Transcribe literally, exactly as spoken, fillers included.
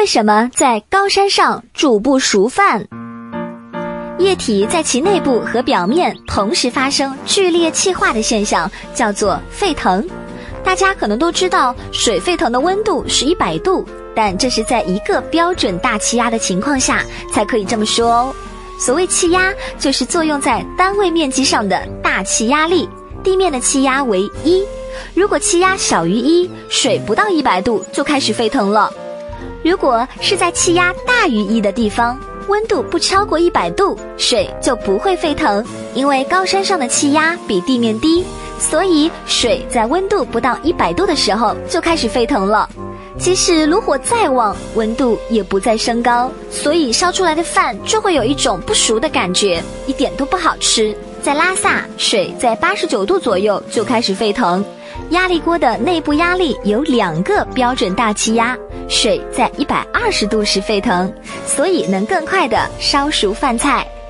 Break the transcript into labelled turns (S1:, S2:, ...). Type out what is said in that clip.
S1: 为什么在高山上煮不熟饭？液体在其内部和表面同时发生剧烈气化的现象，叫做沸腾。大家可能都知道，水沸腾的温度是一百度，但这是在一个标准大气压的情况下才可以这么说哦。所谓气压，就是作用在单位面积上的大气压力，地面的气压为一。如果气压小于一，水不到一百度就开始沸腾了。如果是在气压大于一的地方，温度不超过一百度，水就不会沸腾，因为高山上的气压比地面低，所以水在温度不到一百度的时候就开始沸腾了。即使炉火再旺，温度也不再升高，所以烧出来的饭就会有一种不熟的感觉，一点都不好吃。在拉萨，水在八十九度左右就开始沸腾。压力锅的内部压力有两个标准大气压，水在一百二十度时沸腾，所以能更快地烧熟饭菜。